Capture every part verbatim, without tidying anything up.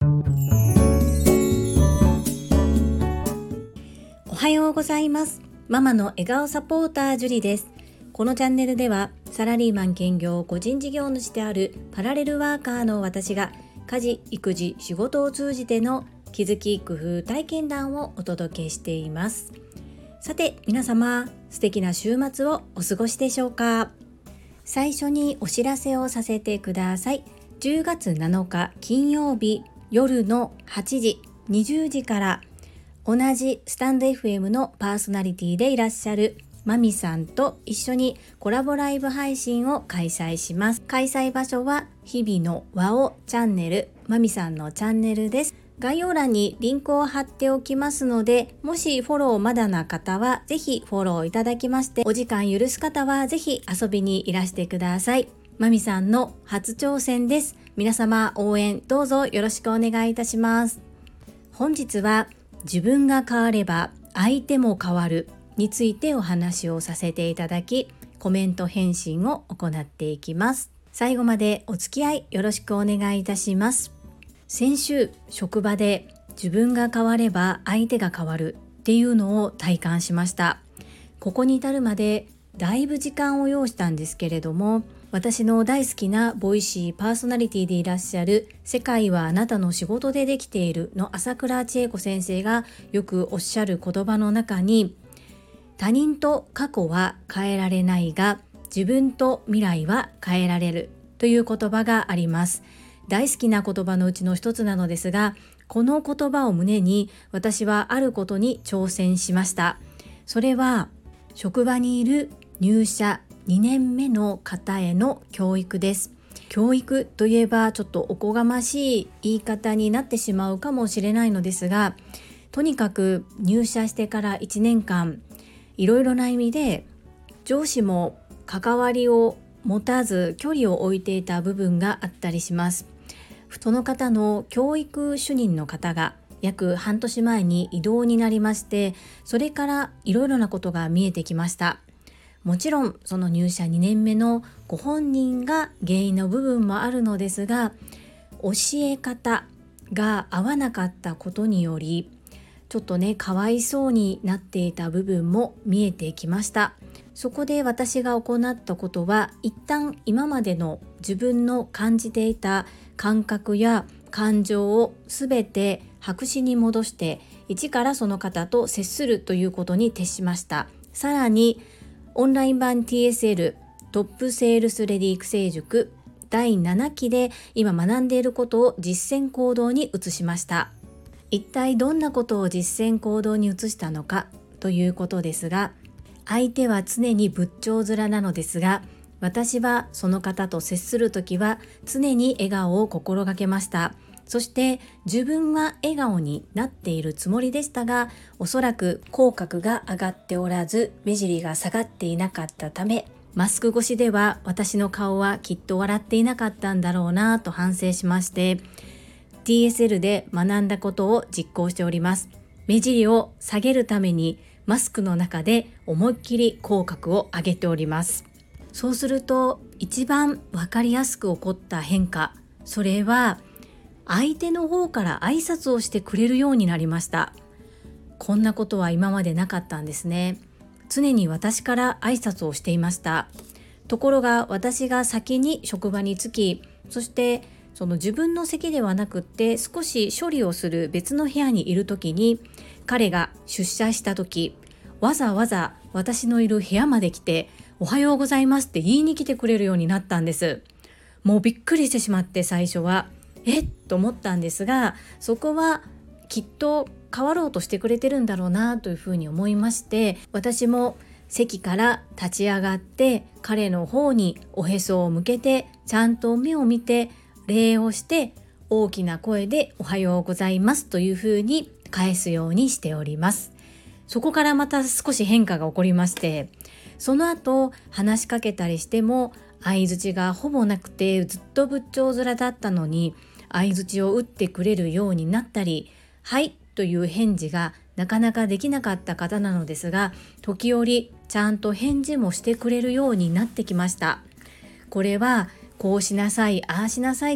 おはようございます。ママの笑顔サポータージュリです。このチャンネルではサラリーマン兼業個人事業主であるパラレルワーカーの私が家事・育児・仕事を通じての気づき・工夫・体験談をお届けしています。さて皆様、素敵な週末をお過ごしでしょうか。最初にお知らせをさせてください。じゅうがつなのか金曜日夜のはちじ、にじゅうじから同じスタンド エフエム のパーソナリティでいらっしゃるまみさんと一緒にコラボライブ配信を開催します。開催場所は日々の和おチャンネル、まみさんのチャンネルです。概要欄にリンクを貼っておきますので、もしフォローまだな方はぜひフォローいただきまして、お時間許す方はぜひ遊びにいらしてください。まみさんの初挑戦です。皆様応援どうぞよろしくお願いいたします。本日は自分が変われば相手も変わるについてお話をさせていただき、コメント返信を行っていきます。最後までお付き合いよろしくお願いいたします。先週職場で自分が変われば相手が変わるっていうのを体感しました。ここに至るまでだいぶ時間を要したんですけれども、私の大好きなボイシーパーソナリティでいらっしゃる世界はあなたの仕事でできているの朝倉千恵子先生がよくおっしゃる言葉の中に、他人と過去は変えられないが自分と未来は変えられるという言葉があります。大好きな言葉のうちの一つなのですが、この言葉を胸に私はあることに挑戦しました。それは職場にいる入社にねんめの方への教育です。教育といえばちょっとおこがましい言い方になってしまうかもしれないのですが、とにかく入社してからいちねんかん、いろいろな意味で上司も関わりを持たず距離を置いていた部分があったりします。その方の教育主任の方が約半年前に異動になりまして、それからいろいろなことが見えてきました。もちろんその入社にねんめのご本人が原因の部分もあるのですが、教え方が合わなかったことによりちょっとねかわいそうになっていた部分も見えてきました。そこで私が行ったことは、一旦今までの自分の感じていた感覚や感情をすべて白紙に戻して一からその方と接するということに徹しました。さらにオンライン版 ティーエスエル トップセールスレディ育成塾だいななきで今学んでいることを実践行動に移しました。一体どんなことを実践行動に移したのかということですが、相手は常に仏頂面なのですが、私はその方と接するときは常に笑顔を心がけました。そして自分は笑顔になっているつもりでしたが、おそらく口角が上がっておらず目尻が下がっていなかったため、マスク越しでは私の顔はきっと笑っていなかったんだろうなと反省しまして、 ティーエスエル で学んだことを実行しております。目尻を下げるためにマスクの中で思いっきり口角を上げております。そうすると一番わかりやすく起こった変化、それは相手の方から挨拶をしてくれるようになりました。こんなことは今までなかったんですね。常に私から挨拶をしていました。ところが私が先に職場に着き、そしてその自分の席ではなくって少し処理をする別の部屋にいる時に、彼が出社した時、わざわざ私のいる部屋まで来ておはようございますって言いに来てくれるようになったんです。もうびっくりしてしまって、最初はえっと思ったんですが、そこはきっと変わろうとしてくれてるんだろうなというふうに思いまして、私も席から立ち上がって彼の方におへそを向けてちゃんと目を見て礼をして大きな声でおはようございますというふうに返すようにしております。そこからまた少し変化が起こりまして、その後話しかけたりしても相槌がほぼなくて、ずっと仏頂面だったのに相槌を打ってくれるようになったり、はいという返事がなかなかできなかった方なのですが、時折ちゃんと返事もしてくれるようになってきました。これはこうしなさい、ああしなさいと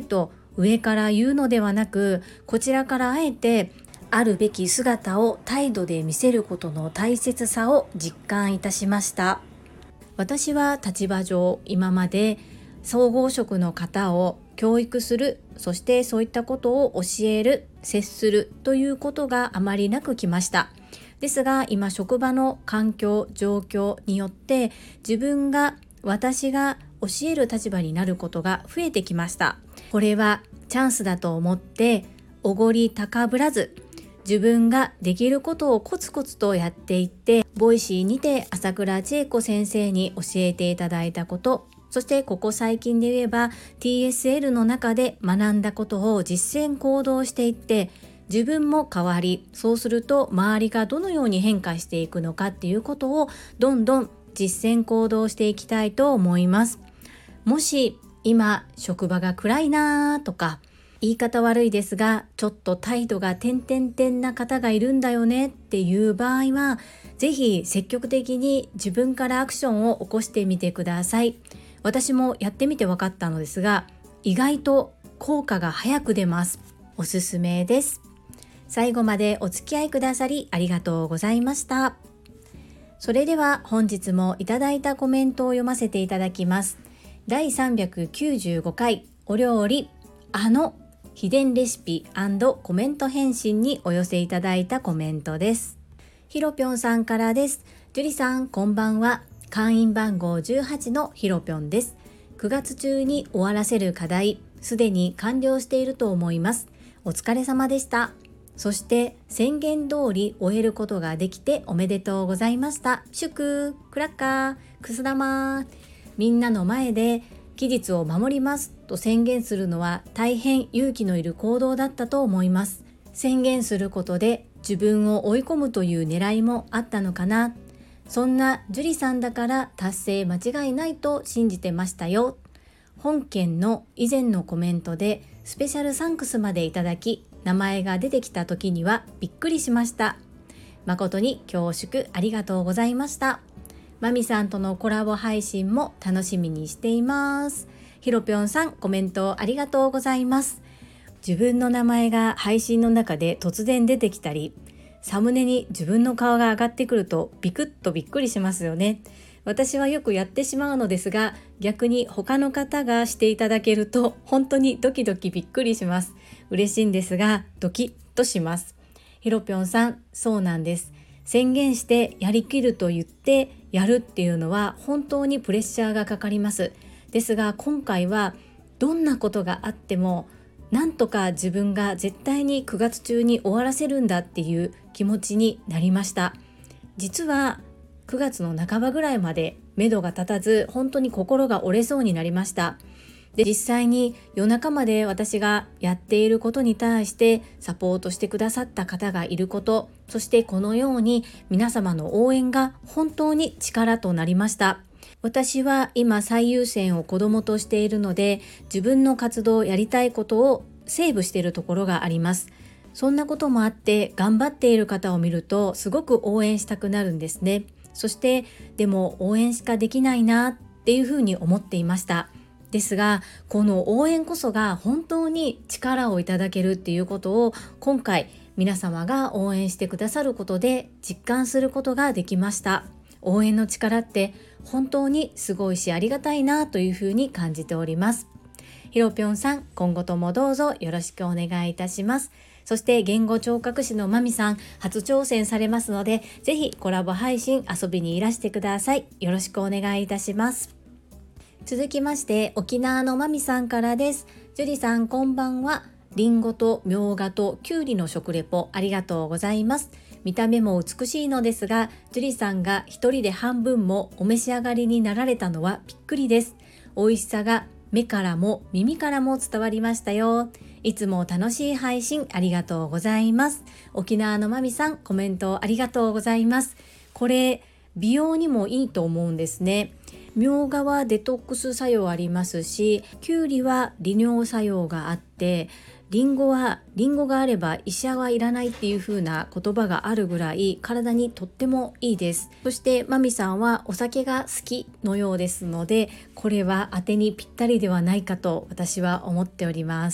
上から言うのではなく、こちらからあえてあるべき姿を態度で見せることの大切さを実感いたしました。私は立場上、今まで総合職の方を教育する、そしてそういったことを教える、接するということがあまりなくきました。ですが今職場の環境状況によって自分が私が教える立場になることが増えてきました。これはチャンスだと思っておごり高ぶらず、自分ができることをコツコツとやっていって、ボイシーにて朝倉千恵子先生に教えていただいたこと、そしてここ最近で言えば ティーエスエル の中で学んだことを実践行動していって、自分も変わり、そうすると周りがどのように変化していくのかっていうことをどんどん実践行動していきたいと思います。もし今職場が暗いなとか、言い方悪いですがちょっと態度が点々点な方がいるんだよねっていう場合は、ぜひ積極的に自分からアクションを起こしてみてください。私もやってみて分かったのですが、意外と効果が早く出ます。おすすめです。最後までお付き合いくださりありがとうございました。それでは本日もいただいたコメントを読ませていただきます。だいさんびゃくきゅうじゅうごかいお料理あの秘伝レシピ&コメント返信にお寄せいただいたコメントです。ひろぴょんさんからです。ジュリさんこんばんは。会員番号じゅうはちのひろぴょんです。くがつ中に終わらせる課題、すでに完了していると思います。お疲れ様でした。そして宣言通り終えることができておめでとうございました。祝クラッカーくす玉。みんなの前で期日を守りますと宣言するのは大変勇気のいる行動だったと思います。宣言することで自分を追い込むという狙いもあったのかな。そんなジュリさんだから達成間違いないと信じてましたよ。本件の以前のコメントでスペシャルサンクスまでいただき、名前が出てきた時にはびっくりしました。誠に恐縮ありがとうございました。マミさんとのコラボ配信も楽しみにしています。ひろぴょんさんコメントありがとうございます。自分の名前が配信の中で突然出てきたり、サムネに自分の顔が上がってくるとビクッとびっくりしますよね。私はよくやってしまうのですが、逆に他の方がしていただけると本当にドキドキびっくりします。嬉しいんですがドキッとします。ひろぴょんさん、そうなんです。宣言してやりきると言ってやるっていうのは本当にプレッシャーがかかります。ですが今回はどんなことがあってもなんとか自分が絶対にくがつ中に終わらせるんだっていう気持ちになりました。実はくがつの半ばぐらいまで目処が立たず、本当に心が折れそうになりました。で、実際に夜中まで私がやっていることに対してサポートしてくださった方がいること、そしてこのように皆様の応援が本当に力となりました。私は今最優先を子供としているので、自分の活動、やりたいことをセーブしているところがあります。そんなこともあって頑張っている方を見るとすごく応援したくなるんですね。そしてでも応援しかできないなっていうふうに思っていました。ですがこの応援こそが本当に力をいただけるっていうことを今回皆様が応援してくださることで実感することができました。応援の力って本当にすごいしありがたいなというふうに感じております。ひろぴょんさん、今後ともどうぞよろしくお願いいたします。そして言語聴覚士のまみさん初挑戦されますので、ぜひコラボ配信遊びにいらしてください。よろしくお願いいたします。続きまして沖縄のまみさんからです。ジュリさんこんばんは。リンゴとみょうがときゅうりの食レポありがとうございます。見た目も美しいのですが、ジュリさんが一人で半分もお召し上がりになられたのはびっくりです。美味しさが目からも耳からも伝わりましたよ。いつも楽しい配信ありがとうございます。沖縄のまみさんコメントありがとうございます。これ美容にもいいと思うんですね。みょうがはデトックス作用ありますし、きゅうりは利尿作用があって、リンゴはリンゴがあれば医者はいらないっていう風な言葉があるぐらい体にとってもいいです。そしてまみさんはお酒が好きのようですので、これは当てにぴったりではないかと私は思っております。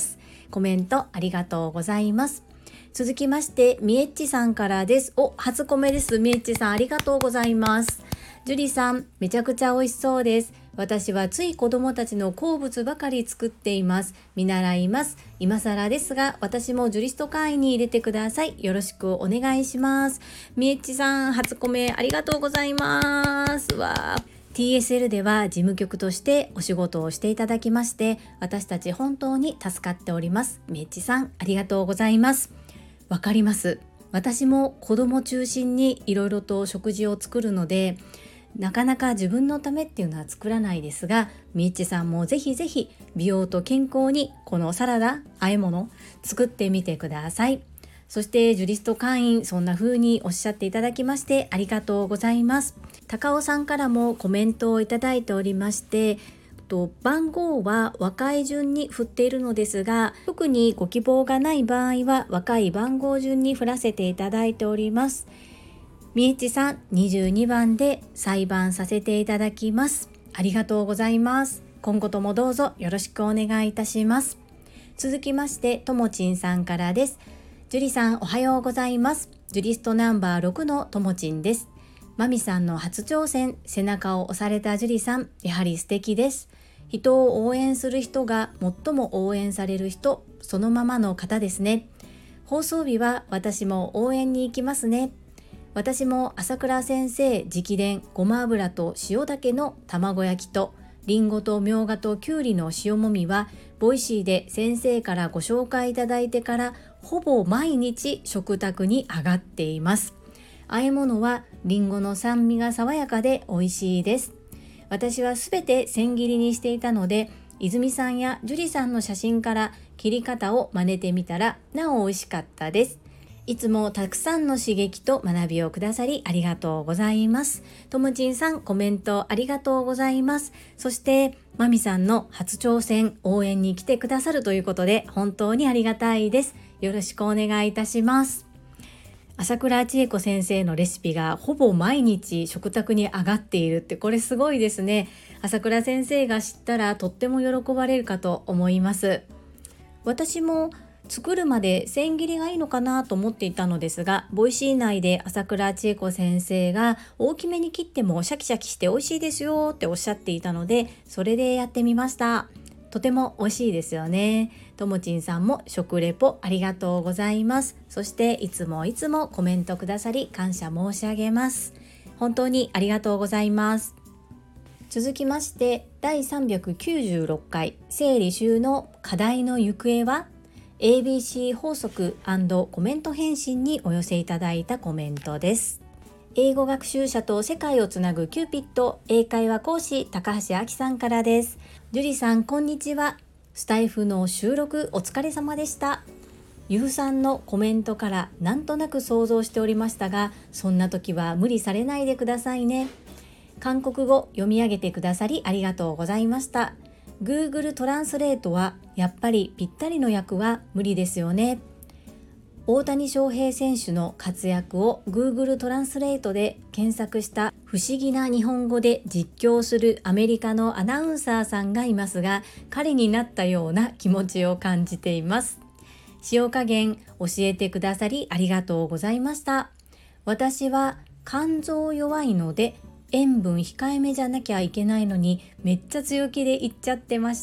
コメントありがとうございます。続きましてみえっちさんからです。お、初コメです。みえっちさんありがとうございます。ジュリさんめちゃくちゃ美味しそうです。私はつい子供たちの好物ばかり作っています。見習います。今更ですが私もジュリスト会員に入れてください。よろしくお願いします。みえっちさん初コメありがとうございます。わーティーエスエル では事務局としてお仕事をしていただきまして私たち本当に助かっております。みえっちさんありがとうございます。わかります。私も子供中心にいろいろと食事を作るのでなかなか自分のためっていうのは作らないですが、みえっちさんもぜひぜひ美容と健康にこのサラダ、和え物作ってみてください。そしてジュリスト会員そんな風におっしゃっていただきましてありがとうございます。高尾さんからもコメントをいただいておりましてと番号は若い順に振っているのですが特にご希望がない場合は若い番号順に振らせていただいております。みえっちさんにじゅうにばんで裁判させていただきます。ありがとうございます。今後ともどうぞよろしくお願いいたします。続きましてともちんさんからです。ジュリさんおはようございます。ジュリストナンバーろくのともちんです。マミさんの初挑戦、背中を押されたジュリさんやはり素敵です。人を応援する人が最も応援される人、そのままの方ですね。放送日は私も応援に行きますね。私も朝倉先生直伝ごま油と塩だけの卵焼きとりんごとみょうがときゅうりの塩もみはボイシーで先生からご紹介いただいてからほぼ毎日食卓に上がっています。和え物はりんごの酸味が爽やかで美味しいです。私はすべて千切りにしていたので泉さんや樹里さんの写真から切り方を真似てみたらなお美味しかったです。いつもたくさんの刺激と学びをくださりありがとうございます。ともちんさんコメントありがとうございます。そしてまみさんの初挑戦応援に来てくださるということで本当にありがたいです。よろしくお願いいたします。朝倉千恵子先生のレシピがほぼ毎日食卓に上がっているってこれすごいですね。朝倉先生が知ったらとっても喜ばれるかと思います。私も作るまで千切りがいいのかなと思っていたのですがボイシー内で朝倉千恵子先生が大きめに切ってもシャキシャキして美味しいですよっておっしゃっていたのでそれでやってみました。とても美味しいですよね。ともちんさんも食レポありがとうございます。そしていつもいつもコメントくださり感謝申し上げます。本当にありがとうございます。続きましてだいさんびゃくきゅうじゅうろっかい整理収納課題の行方はエービーシー 法則&コメント返信にお寄せいただいたコメントです。英語学習者と世界をつなぐキューピット英会話講師高橋明さんからです。ジュリさんこんにちは。スタイフの収録お疲れ様でした。ゆうさんのコメントからなんとなく想像しておりましたがそんな時は無理されないでくださいね。韓国語読み上げてくださりありがとうございました。Google トランスレートはやっぱりぴったりの訳は無理ですよね。大谷翔平選手の活躍を Google トランスレートで検索した不思議な日本語で実況するアメリカのアナウンサーさんがいますが彼になったような気持ちを感じています。塩加減教えてくださりありがとうございました。私は肝臓弱いので塩分控えめじゃなきゃいけないのにめっちゃ強気で言っちゃってました。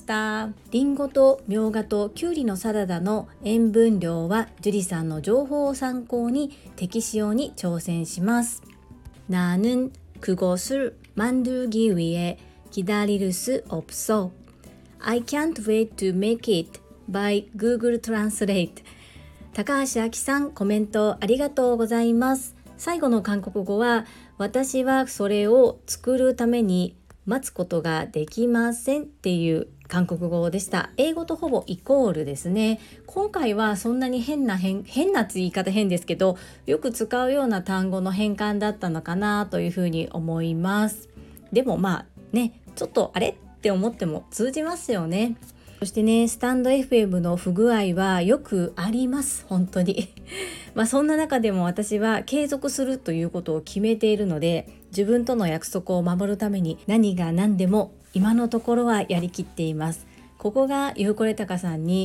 リンゴとみょうがときゅうりのサラダの塩分量はジュリさんの情報を参考に適塩に挑戦します。나는 그것을 만들기 위해 기다릴 수 없어. I can't wait to make it by Google Translate. 高橋明さんコメントありがとうございます。最後の韓国語は私はそれを作るために待つことができませんっていう韓国語でした。英語とほぼイコールですね。今回はそんなに変な変変なって言い方変ですけどよく使うような単語の変換だったのかなというふうに思います。でもまあねちょっとあれって思っても通じますよね。そしてねスタンド エフエム の不具合はよくあります本当にまあそんな中でも私は継続するということを決めているので自分との約束を守るために何が何でも今のところはやりきっています。ここがゆうこれたかさんに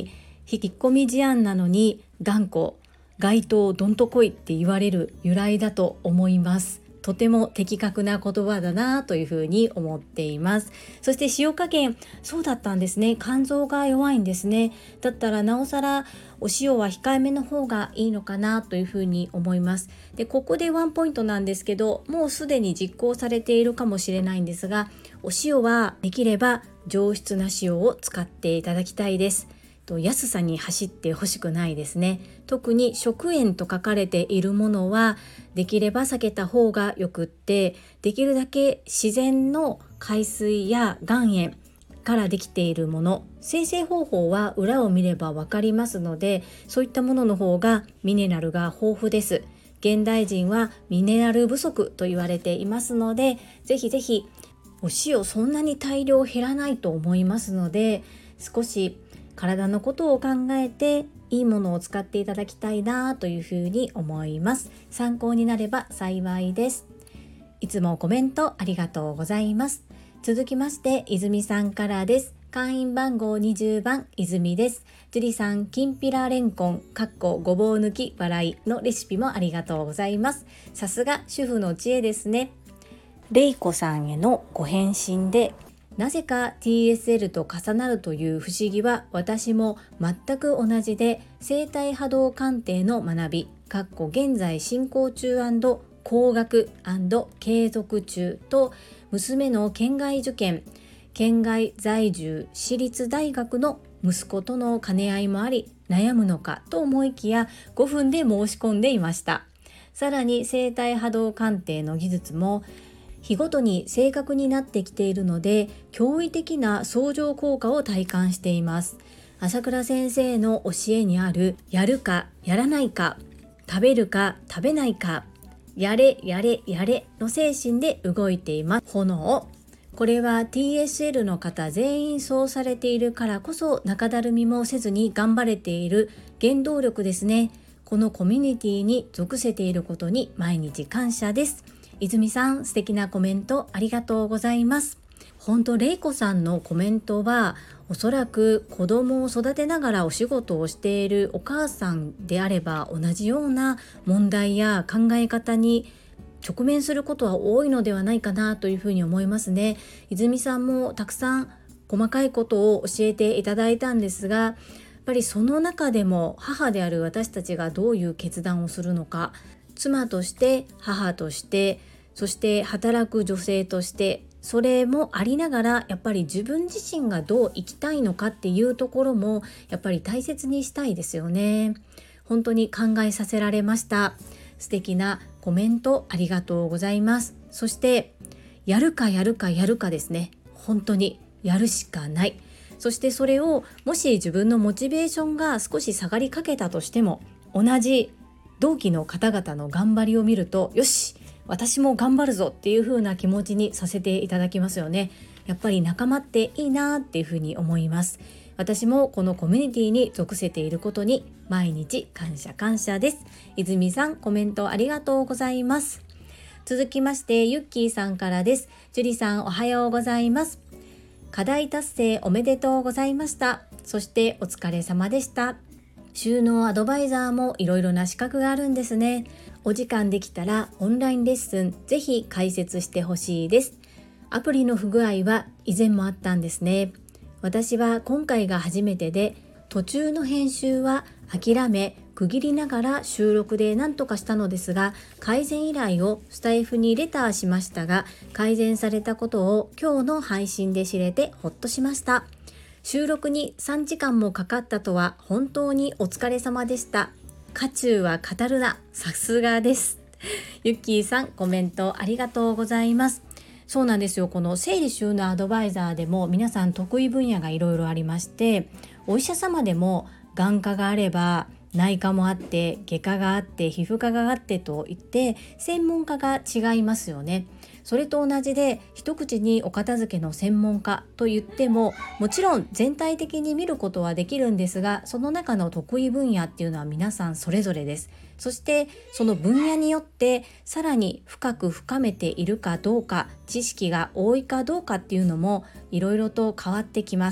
引っ込み思案なのに頑固、街頭どんとこいって言われる由来だと思います。とても的確な言葉だなというふうに思っています。そして塩加減、そうだったんですね。肝臓が弱いんですね。だったらなおさらお塩は控えめの方がいいのかなというふうに思います。で、ここでワンポイントなんですけど、もうすでに実行されているかもしれないんですが、お塩はできれば上質な塩を使っていただきたいです。安さに走ってほしくないですね。特に食塩と書かれているものはできれば避けた方がよくって、できるだけ自然の海水や岩塩からできているもの、生成方法は裏を見ればわかりますので、そういったものの方がミネラルが豊富です。現代人はミネラル不足と言われていますので、ぜひぜひお塩そんなに大量減らないと思いますので、少し体のことを考えていいものを使っていただきたいなというふうに思います。参考になれば幸いです。いつもコメントありがとうございます。続きまして泉さんからです。会員番号にじゅうばん泉です。樹里さん、きんぴらレンコンかっこごぼう抜き笑いのレシピもありがとうございます。さすが主婦の知恵ですね。れいこさんへのご返信で、なぜか ティーエスエル と重なるという不思議は私も全く同じで、生体波動鑑定の学びかっこ現在進行中&高額&継続中と、娘の県外受験、県外在住私立大学の息子との兼ね合いもあり悩むのかと思いきやごふんで申し込んでいました。さらに生体波動鑑定の技術も日ごとに正確になってきているので、驚異的な相乗効果を体感しています。朝倉先生の教えにあるやるかやらないか、食べるか食べないか、やれやれやれの精神で動いています。炎、これは ティーエスエル の方全員そうされているからこそ、中だるみもせずに頑張れている原動力ですね。このコミュニティに属せていることに毎日感謝です。泉さん、素敵なコメントありがとうございます。本当、れいこさんのコメントはおそらく子供を育てながらお仕事をしているお母さんであれば同じような問題や考え方に直面することは多いのではないかなというふうに思いますね。泉さんもたくさん細かいことを教えていただいたんですが、やっぱりその中でも母である私たちがどういう決断をするのか、妻として母として、そして働く女性として、それもありながらやっぱり自分自身がどう生きたいのかっていうところもやっぱり大切にしたいですよね。本当に考えさせられました。素敵なコメントありがとうございます。そしてやるかやるかやるかですね。本当にやるしかない。そしてそれをもし自分のモチベーションが少し下がりかけたとしても、同じ同期の方々の頑張りを見ると、よし私も頑張るぞっていう風な気持ちにさせていただきますよね。やっぱり仲間っていいなっていう風に思います。私もこのコミュニティに属せていることに毎日感謝感謝です。泉さん、コメントありがとうございます。続きましてゆっきーさんからです。樹里さん、おはようございます。課題達成おめでとうございました。そしてお疲れ様でした。収納アドバイザーもいろいろな資格があるんですね。お時間できたらオンラインレッスンぜひ解説してほしいです。アプリの不具合は以前もあったんですね。私は今回が初めてで、途中の編集は諦め区切りながら収録で何とかしたのですが、改善依頼をスタイフにレターしましたが、改善されたことを今日の配信で知れてほっとしました。収録にさんじかんもかかったとは本当にお疲れ様でした。渦中は語るな、さすがです。ゆっきーさん、コメントありがとうございます。そうなんですよ。この整理収納アドバイザーでも皆さん得意分野がいろいろありまして、お医者様でも眼科があれば内科もあって、外科があって、皮膚科があってといって専門家が違いますよね。それと同じで、一口にお片付けの専門家と言っても、もちろん全体的に見ることはできるんですが、その中の得意分野っていうのは皆さんそれぞれです。そしてその分野によってさらに深く深めているかどうか、知識が多いかどうかっていうのもいろいろと変わってきます。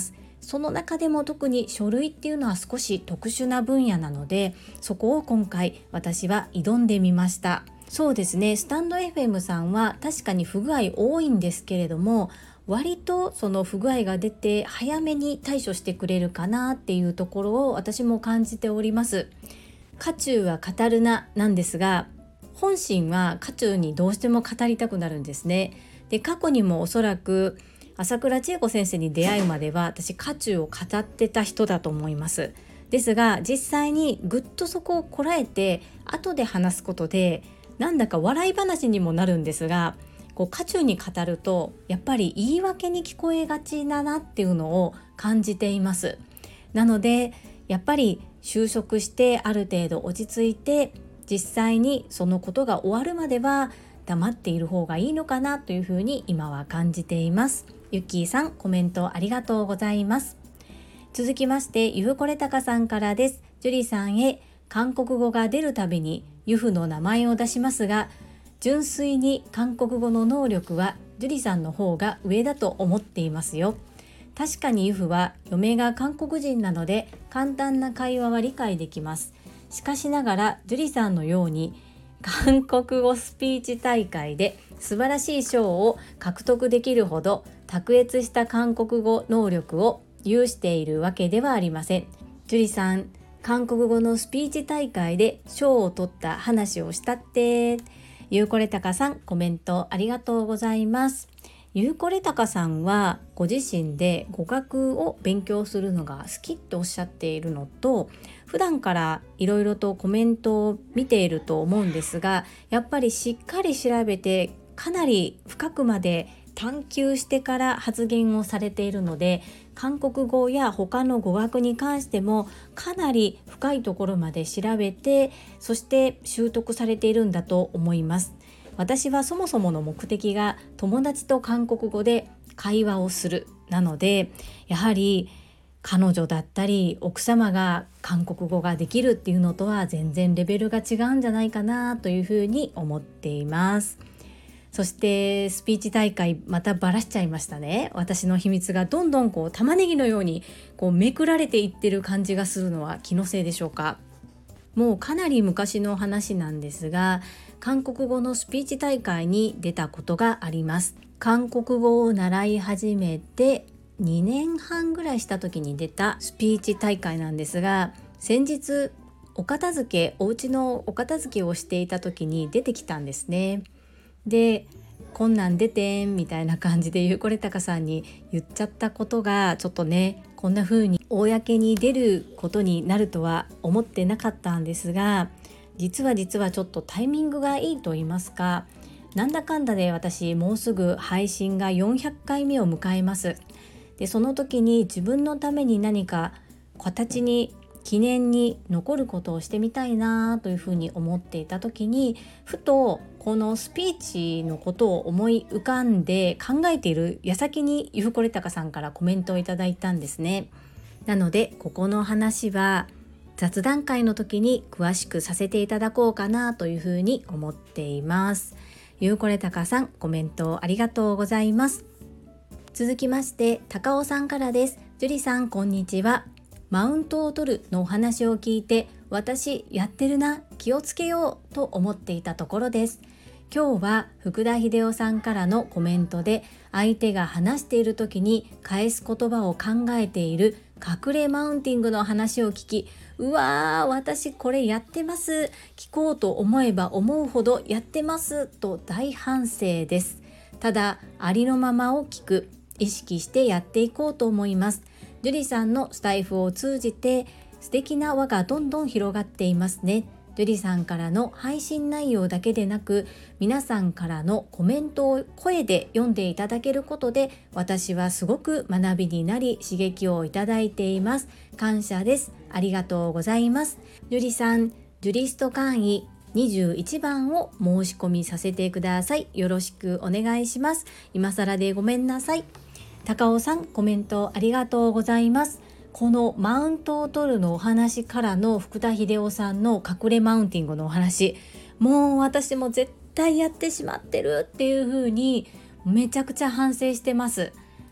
その中でも特に書類っていうのは少し特殊な分野なので、そこを今回私は挑んでみました。そうですね、スタンド エフエム さんは確かに不具合多いんですけれども、割とその不具合が出て早めに対処してくれるかなっていうところを私も感じております。渦中は語るななんですが、本心は渦中にどうしても語りたくなるんですね。で、過去にもおそらく朝倉千恵子先生に出会うまでは私渦中を語ってた人だと思います。ですが実際にぐっとそこをこらえて後で話すことでなんだか笑い話にもなるんですが、こう渦中に語るとやっぱり言い訳に聞こえがちだなっていうのを感じています。なのでやっぱり就職してある程度落ち着いて実際にそのことが終わるまでは黙っている方がいいのかなというふうに今は感じています。ゆっきーさん、コメントありがとうございます。続きましてゆふこれたかさんからです。ジュリさんへ、韓国語が出るたびにユフの名前を出しますが、純粋に韓国語の能力はジュリさんの方が上だと思っていますよ。確かにユフは嫁が韓国人なので簡単な会話は理解できます。しかしながらジュリさんのように韓国語スピーチ大会で素晴らしい賞を獲得できるほど卓越した韓国語能力を有しているわけではありません。ジュリさん、韓国語のスピーチ大会で賞を取った話をしたって。ゆうこれたかさん、コメントありがとうございます。ゆうこれたかさんはご自身で語学を勉強するのが好きとおっしゃっているのと、普段からいろいろとコメントを見ていると思うんですが、やっぱりしっかり調べてかなり深くまで探求してから発言をされているので、韓国語や他の語学に関してもかなり深いところまで調べて、そして習得されているんだと思います。私はそもそもの目的が友達と韓国語で会話をするなので、やはり彼女だったり奥様が韓国語ができるっていうのとは全然レベルが違うんじゃないかなというふうに思っています。そしてスピーチ大会またバラしちゃいましたね。私の秘密がどんどんこう玉ねぎのようにこうめくられていってる感じがするのは気のせいでしょうか。もうかなり昔の話なんですが、韓国語のスピーチ大会に出たことがあります。韓国語を習い始めてにねんはんぐらいした時に出たスピーチ大会なんですが、先日お片付けお家のお片付けをしていた時に出てきたんですね。で、こんなん出てんみたいな感じでゆうこれたかさんに言っちゃったことがちょっとね、こんな風に公に出ることになるとは思ってなかったんですが、実は実はちょっとタイミングがいいと言いますか、なんだかんだで私もうすぐ配信がよんひゃっかいめを迎えます。で、その時に自分のために何か形に記念に残ることをしてみたいなというふうに思っていた時に、ふとこのスピーチのことを思い浮かんで考えている矢先にゆふこれたかさんからコメントをいただいたんですね。なのでここの話は雑談会の時に詳しくさせていただこうかなというふうに思っています。ゆうこれたかさん、コメントありがとうございます。続きまして高尾さんからです。ジュリさん、こんにちは。マウントを取るのお話を聞いて、私やってるな、気をつけようと思っていたところです。今日は福田秀夫さんからのコメントで、相手が話している時に返す言葉を考えている隠れマウンティングの話を聞き、うわー、私これやってます、聞こうと思えば思うほどやってますと大反省です。ただありのままを聞く、意識してやっていこうと思います。ジュリさんのスタイフを通じて素敵な輪がどんどん広がっていますね。ジュリさんからの配信内容だけでなく、皆さんからのコメントを声で読んでいただけることで、私はすごく学びになり刺激をいただいています。感謝です。ありがとうございます。ジュリさん、ジュリスト会員にじゅういちばんを申し込みさせてください。よろしくお願いします。今更でごめんなさい。高尾さん、コメントありがとうございます。このマウントを取るのお話からの福田秀夫さんの隠れマウンティングのお話、もう私も絶対やってしまってるっていう風にめちゃくちゃ反省してます。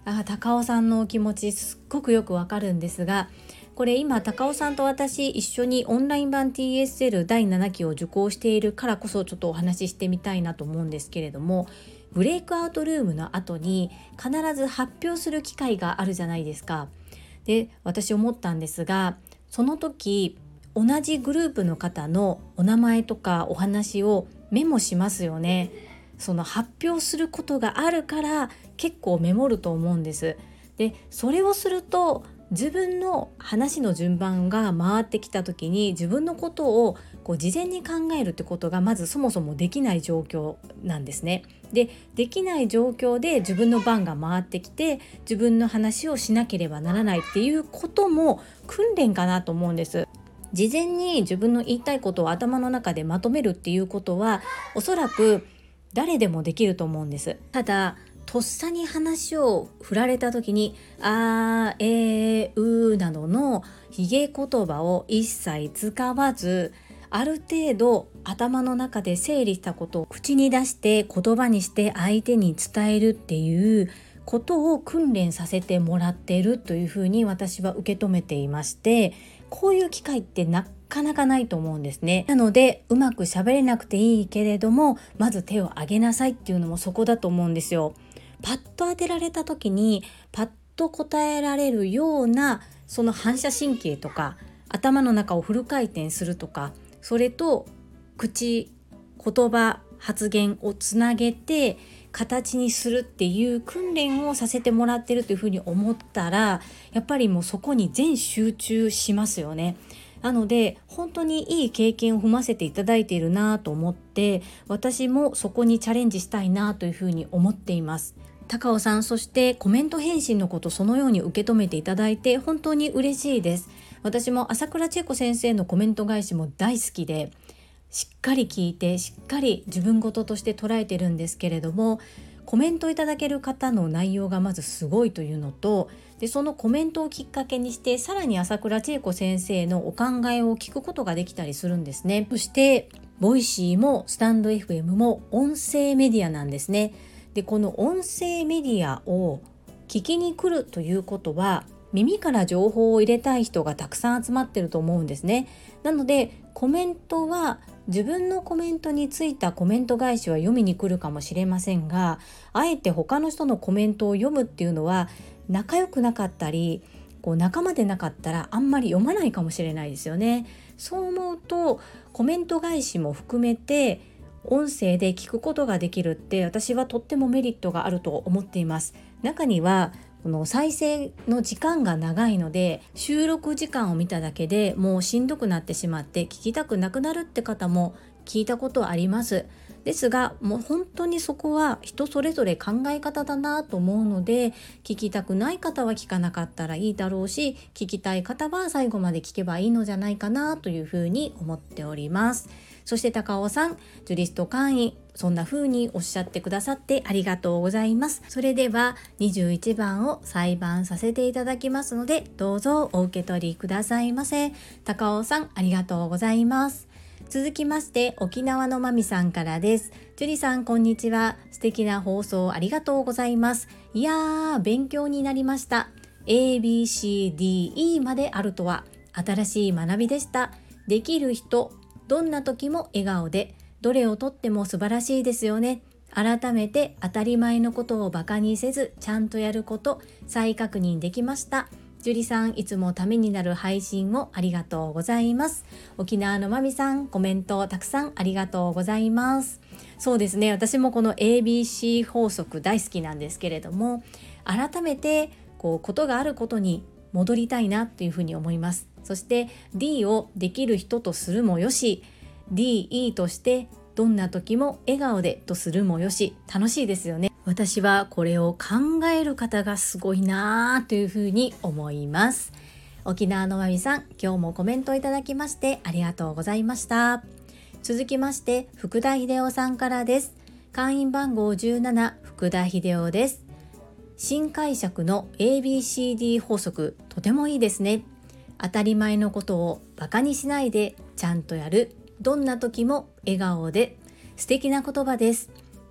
あ、高尾さんのお気持ちすっごくよくわかるんですが、これ今高尾さんと私一緒にオンライン版 ティーエスエル だいななきを受講しているからこそちょっとお話ししてみたいなと思うんですけれども、ブレイクアウトルームの後に必ず発表する機会があるじゃないですか。で、私思ったんですが、その時同じグループの方のお名前とかお話をメモしますよね。その発表することがあるから結構メモると思うんです。で、それをすると自分の話の順番が回ってきた時に自分のことをこう事前に考えるってことがまずそもそもできない状況なんですね。で、できない状況で自分の番が回ってきて自分の話をしなければならないっていうことも訓練かなと思うんです。事前に自分の言いたいことを頭の中でまとめるっていうことはおそらく誰でもできると思うんです。ただとっさに話を振られた時にあーえーうーなどのひげ言葉を一切使わず、ある程度頭の中で整理したことを口に出して言葉にして相手に伝えるっていうことを訓練させてもらっているというふうに私は受け止めていまして、こういう機会ってなかなかないと思うんですね。なのでうまく喋れなくていいけれどもまず手を挙げなさいっていうのもそこだと思うんですよ。パッと当てられた時にパッと答えられるようなその反射神経とか頭の中をフル回転するとか、それと口言葉発言をつなげて形にするっていう訓練をさせてもらってるというふうに思ったら、やっぱりもうそこに全集中しますよね。なので本当にいい経験を踏ませていただいているなと思って、私もそこにチャレンジしたいなというふうに思っています。高尾さん、そしてコメント返信のことそのように受け止めていただいて本当に嬉しいです。私も朝倉千恵子先生のコメント返しも大好きで、しっかり聞いてしっかり自分事として捉えてるんですけれども、コメントいただける方の内容がまずすごいというのと、でそのコメントをきっかけにしてさらに朝倉千恵子先生のお考えを聞くことができたりするんですね。そしてボイシーもスタンド エフエム も音声メディアなんですね。でこの音声メディアを聞きに来るということは耳から情報を入れたい人がたくさん集まってると思うんですね。なのでコメントは自分のコメントについたコメント返しは読みに来るかもしれませんが、あえて他の人のコメントを読むっていうのは仲良くなかったりこう仲間でなかったらあんまり読まないかもしれないですよね。そう思うとコメント返しも含めて音声で聞くことができるって私はとってもメリットがあると思っています。中にはこの再生の時間が長いので収録時間を見ただけでもうしんどくなってしまって聞きたくなくなるって方も聞いたことあります。ですがもう本当にそこは人それぞれ考え方だなと思うので、聞きたくない方は聞かなかったらいいだろうし、聞きたい方は最後まで聞けばいいのじゃないかなというふうに思っております。そして高尾さん、ジュリスト会員、そんな風におっしゃってくださってありがとうございます。それではにじゅういちばんを裁判させていただきますので、どうぞお受け取りくださいませ。高尾さん、ありがとうございます。続きまして沖縄のまみさんからです。ジュリさん、こんにちは。素敵な放送ありがとうございます。いやー、勉強になりました。 エービーシーディーイー まであるとは新しい学びでした。できる人、どんな時も笑顔で、どれをとっても素晴らしいですよね。改めて当たり前のことをバカにせずちゃんとやること、再確認できました。ジュリさん、いつもためになる配信をありがとうございます。沖縄のまみさん、コメントたくさんありがとうございます。そうですね、私もこの エービーシー 法則大好きなんですけれども、改めてこうことがあることに戻りたいなというふうに思います。そして D をできる人とするもよし、 ディーイー としてどんな時も笑顔でとするもよし、楽しいですよね。私はこれを考える方がすごいなというふうに思います。沖縄のまみさん、今日もコメントいただきましてありがとうございました。続きまして福田秀夫さんからです。会員番号じゅうなな、福田秀夫です。新解釈の エービーシーディー 法則、とてもいいですね。当たり前のことをバカにしないでちゃんとやる、どんな時も笑顔で、素敵な言葉です。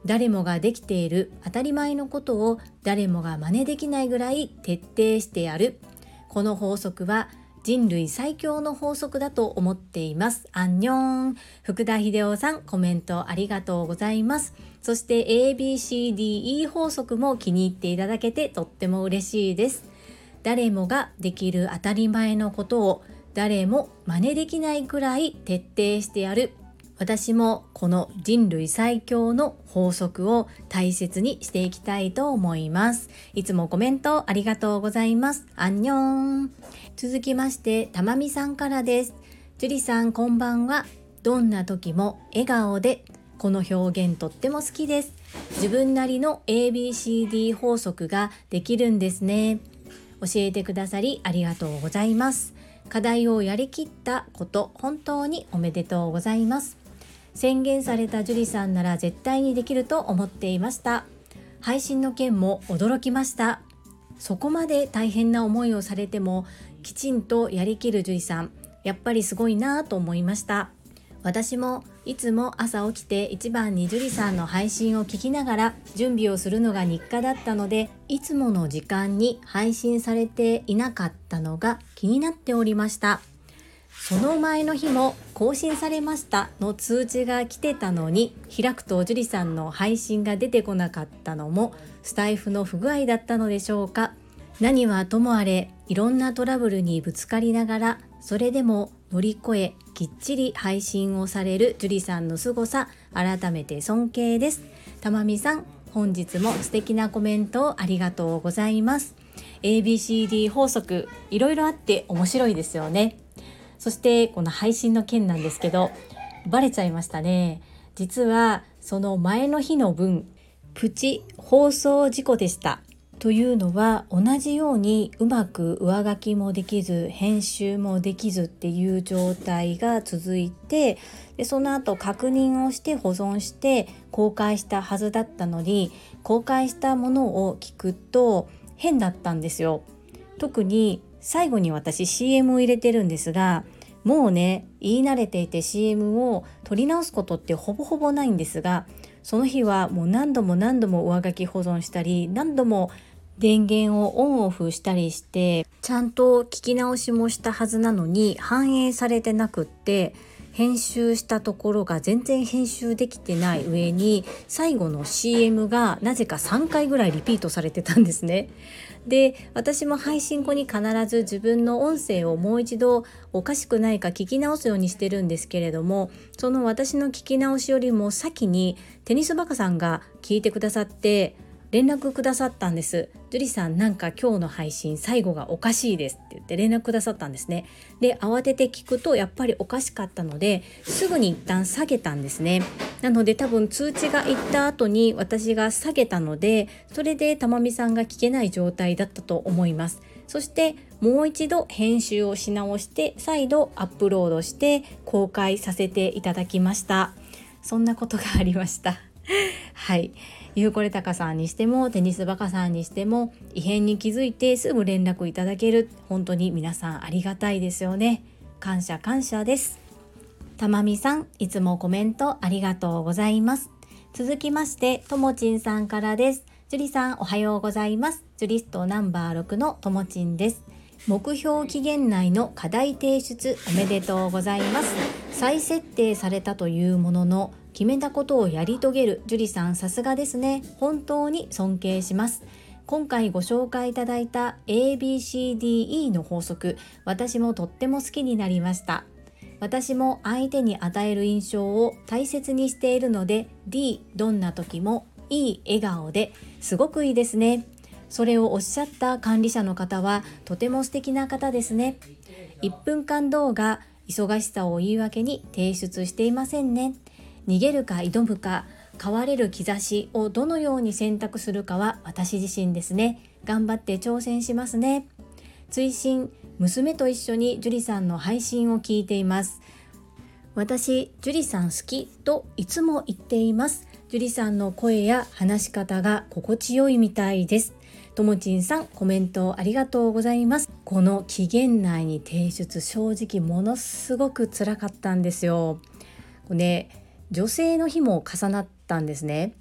誰もができている当たり前のことを誰もが真似できないぐらい徹底してやる。この法則は人類最強の法則だと思っています。アンニョン。福田秀夫さん、コメントありがとうございます。そして エービーシーディーイー 法則も気に入っていただけてとっても嬉しいです。誰もができる当たり前のことを誰も真似できないくらい徹底してやる。私もこの人類最強の法則を大切にしていきたいと思います。いつもコメントありがとうございます。アンニョン。続きましてたまみさんからです。ジュリさんこんばんは。どんな時も笑顔で。この表現とっても好きです。自分なりの エービーシーディー 法則ができるんですね。教えてくださりありがとうございます。課題をやりきったこと本当におめでとうございます。宣言されたジュリさんなら絶対にできると思っていました。配信の件も驚きました。そこまで大変な思いをされてもきちんとやりきるジュリさん、やっぱりすごいなと思いました。私もいつも朝起きて一番にジュリさんの配信を聞きながら準備をするのが日課だったので、いつもの時間に配信されていなかったのが気になっておりました。その前の日も更新されましたの通知が来てたのに、開くとジュリさんの配信が出てこなかったのもスタイフの不具合だったのでしょうか。何はともあれいろんなトラブルにぶつかりながら、それでも乗り越えきっちり配信をされるジュリさんの凄さ、改めて尊敬です。たまみさん、本日も素敵なコメントをありがとうございます。 エービーシーディー 法則いろいろあって面白いですよね。そしてこの配信の件なんですけど、バレちゃいましたね。実はその前の日の分プチ放送事故でした。というのは同じようにうまく上書きもできず編集もできずっていう状態が続いて、でその後確認をして保存して公開したはずだったのに、公開したものを聞くと変だったんですよ。特に最後に私 シーエム を入れてるんですが、もうね言い慣れていて シーエム を取り直すことってほぼほぼないんですが、その日はもう何度も何度も上書き保存したり、何度も電源をオンオフしたりしてちゃんと聞き直しもしたはずなのに反映されてなくって、編集したところが全然編集できてない上に最後の シーエム がなぜかさんかいぐらいリピートされてたんですね。で私も配信後に必ず自分の音声をもう一度おかしくないか聞き直すようにしてるんですけれども、その私の聞き直しよりも先にテニスバカさんが聞いてくださって連絡くださったんです。ジュリさん、なんか今日の配信最後がおかしいですって言って連絡くださったんですね。で慌てて聞くとやっぱりおかしかったのですぐに一旦下げたんですね。なので多分通知が行った後に私が下げたので、それでたまみさんが聞けない状態だったと思います。そしてもう一度編集をし直して再度アップロードして公開させていただきました。そんなことがありましたはい、ゆうこれたかさんにしてもテニスバカさんにしても異変に気づいてすぐ連絡いただける、本当に皆さんありがたいですよね。感謝感謝です。たまみさん、いつもコメントありがとうございます。続きましてともちんさんからです。ジュリさんおはようございます。ジュリストナンバーろくのともちんです。目標期限内の課題提出おめでとうございます。再設定されたというものの決めたことをやり遂げるジュリさん、さすがですね。本当に尊敬します。今回ご紹介いただいた エービーシーディーイー の法則、私もとっても好きになりました。私も相手に与える印象を大切にしているので D、 どんな時もいい笑顔ですごくいいですね。それをおっしゃった管理者の方はとても素敵な方ですね。いっぷんかん動画、忙しさを言い訳に提出していませんね。逃げるか挑むか、変われる兆しをどのように選択するかは私自身ですね。頑張って挑戦しますね。追伸、娘と一緒にジュリさんの配信を聞いています。私、ジュリさん好きといつも言っています。ジュリさんの声や話し方が心地よいみたいです。ともちんさん、コメントありがとうございます。この期限内に提出、正直ものすごく辛かったんですよ。これね、女性の日も重なったんですね。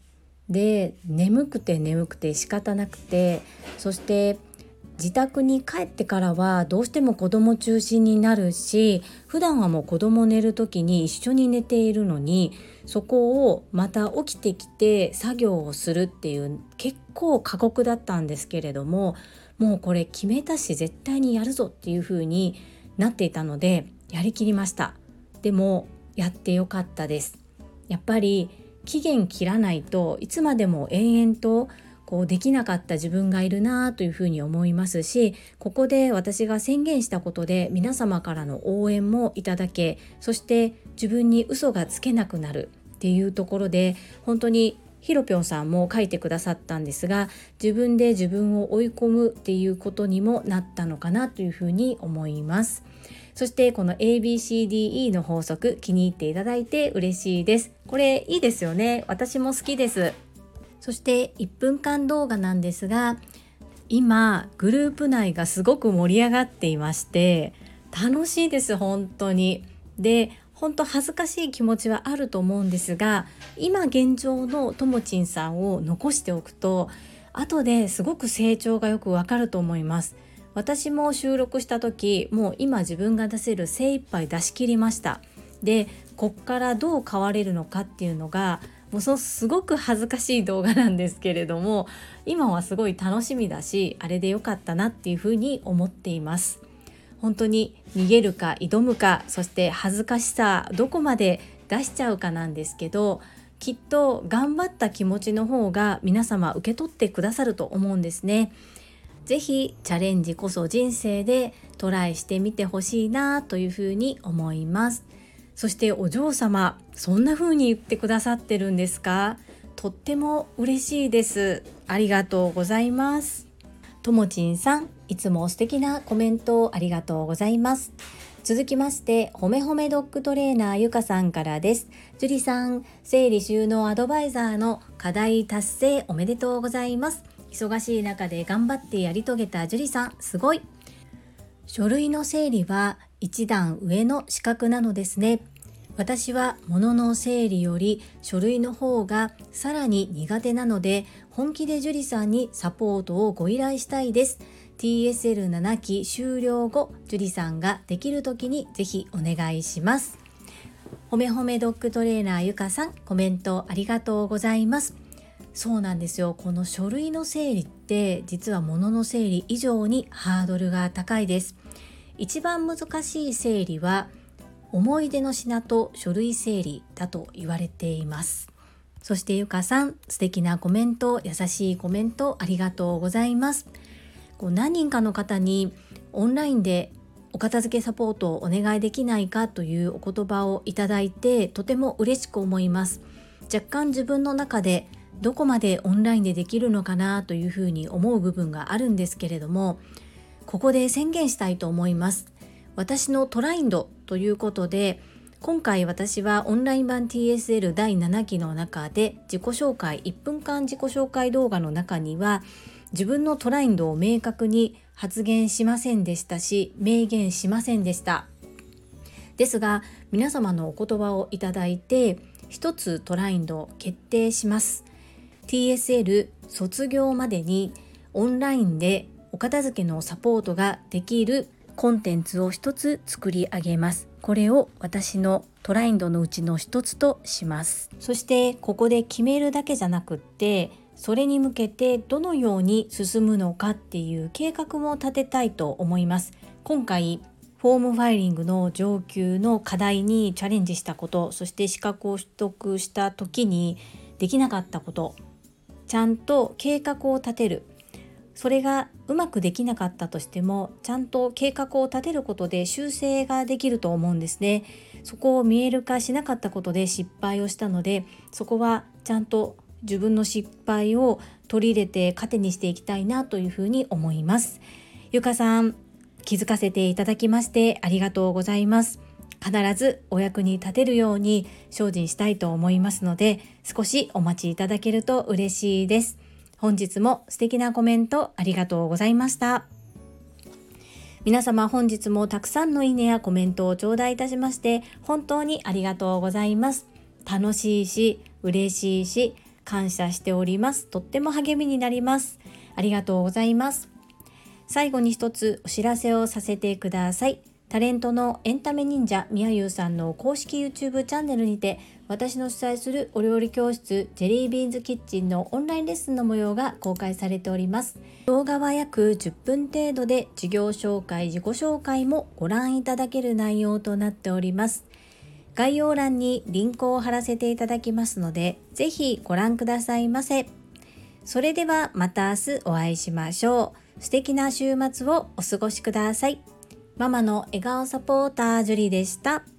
で眠くて眠くて仕方なくて、そして自宅に帰ってからはどうしても子供中心になるし、普段はもう子供寝る時に一緒に寝ているのに、そこをまた起きてきて作業をするっていう結構過酷だったんですけれども、もうこれ決めたし絶対にやるぞっていう風になっていたのでやりきりました。でもやってよかったです。やっぱり期限切らないといつまでも延々とこうできなかった自分がいるなというふうに思いますし、ここで私が宣言したことで皆様からの応援もいただけ、そして自分に嘘がつけなくなるっていうところで、本当にひろぴょんさんも書いてくださったんですが、自分で自分を追い込むっていうことにもなったのかなというふうに思います。そしてこの エービーシーディーイー の法則、気に入っていただいて嬉しいです。これいいですよね。私も好きです。そしていっぷんかん動画なんですが、今グループ内がすごく盛り上がっていまして、楽しいです。本当に。で、本当恥ずかしい気持ちはあると思うんですが、今現状のともちんさんを残しておくと、後ですごく成長がよくわかると思います。私も収録した時、もう今自分が出せる精一杯出し切りました。で、こっからどう変われるのかっていうのが、もうそうすごく恥ずかしい動画なんですけれども、今はすごい楽しみだし、あれでよかったなっていうふうに思っています。本当に逃げるか挑むか、そして恥ずかしさどこまで出しちゃうかなんですけど、きっと頑張った気持ちの方が皆様受け取ってくださると思うんですね。ぜひチャレンジこそ人生でトライしてみてほしいなというふうに思います。そしてお嬢様、そんな風に言ってくださってるんですか？とっても嬉しいです。ありがとうございます。ともちんさん、いつも素敵なコメントをありがとうございます。続きまして、ほめほめドッグトレーナーゆかさんからです。樹里さん、整理収納アドバイザーの課題達成おめでとうございます。忙しい中で頑張ってやり遂げた樹里さん、すごい。書類の整理は一段上の資格なのですね。私は物の整理より書類の方がさらに苦手なので、本気で樹里さんにサポートをご依頼したいです。 ティーエスエルなな 期終了後、樹里さんができる時にぜひお願いします。ほめほめドッグトレーナーゆかさん、コメントありがとうございます。そうなんですよ。この書類の整理って実は物の整理以上にハードルが高いです。一番難しい整理は思い出の品と書類整理だと言われています。そしてゆかさん、素敵なコメント、優しいコメントありがとうございます。こう何人かの方にオンラインでお片付けサポートをお願いできないかというお言葉をいただいて、とても嬉しく思います。若干自分の中でどこまでオンラインでできるのかなというふうに思う部分があるんですけれども、ここで宣言したいと思います。私のトラインドということで、今回私はオンライン版 ティーエスエルだいなな 期の中で自己紹介、いっぷんかん自己紹介動画の中には自分のトラインドを明確に発言しませんでしたし、明言しませんでした。ですが皆様のお言葉をいただいて、一つトラインドを決定します。 ティーエスエル 卒業までにオンラインでお片付けのサポートができるコンテンツを一つ作り上げます。これを私のトラインドのうちの一つとします。そしてここで決めるだけじゃなくって、それに向けてどのように進むのかっていう計画も立てたいと思います。今回フォームファイリングの上級の課題にチャレンジしたこと、そして資格を取得した時にできなかったこと、ちゃんと計画を立てる。それがうまくできなかったとしても、ちゃんと計画を立てることで修正ができると思うんですね。そこを見える化しなかったことで失敗をしたので、そこはちゃんと自分の失敗を取り入れて糧にしていきたいなというふうに思います。ゆかさん、気づかせていただきましてありがとうございます。必ずお役に立てるように精進したいと思いますので、少しお待ちいただけると嬉しいです。本日も素敵なコメントありがとうございました。皆様本日もたくさんのいいねやコメントを頂戴いたしまして本当にありがとうございます。楽しいし嬉しいし感謝しております。とっても励みになります。ありがとうございます。最後に一つお知らせをさせてください。タレントのエンタメ忍者みやゆうさんの公式 YouTube チャンネルにて、私の主催するお料理教室ジェリービーンズキッチンのオンラインレッスンの模様が公開されております。動画は約じゅっぷん程度で、授業紹介、自己紹介もご覧いただける内容となっております。概要欄にリンクを貼らせていただきますので、ぜひご覧くださいませ。それではまた明日お会いしましょう。素敵な週末をお過ごしください。ママの笑顔サポータージュリでした。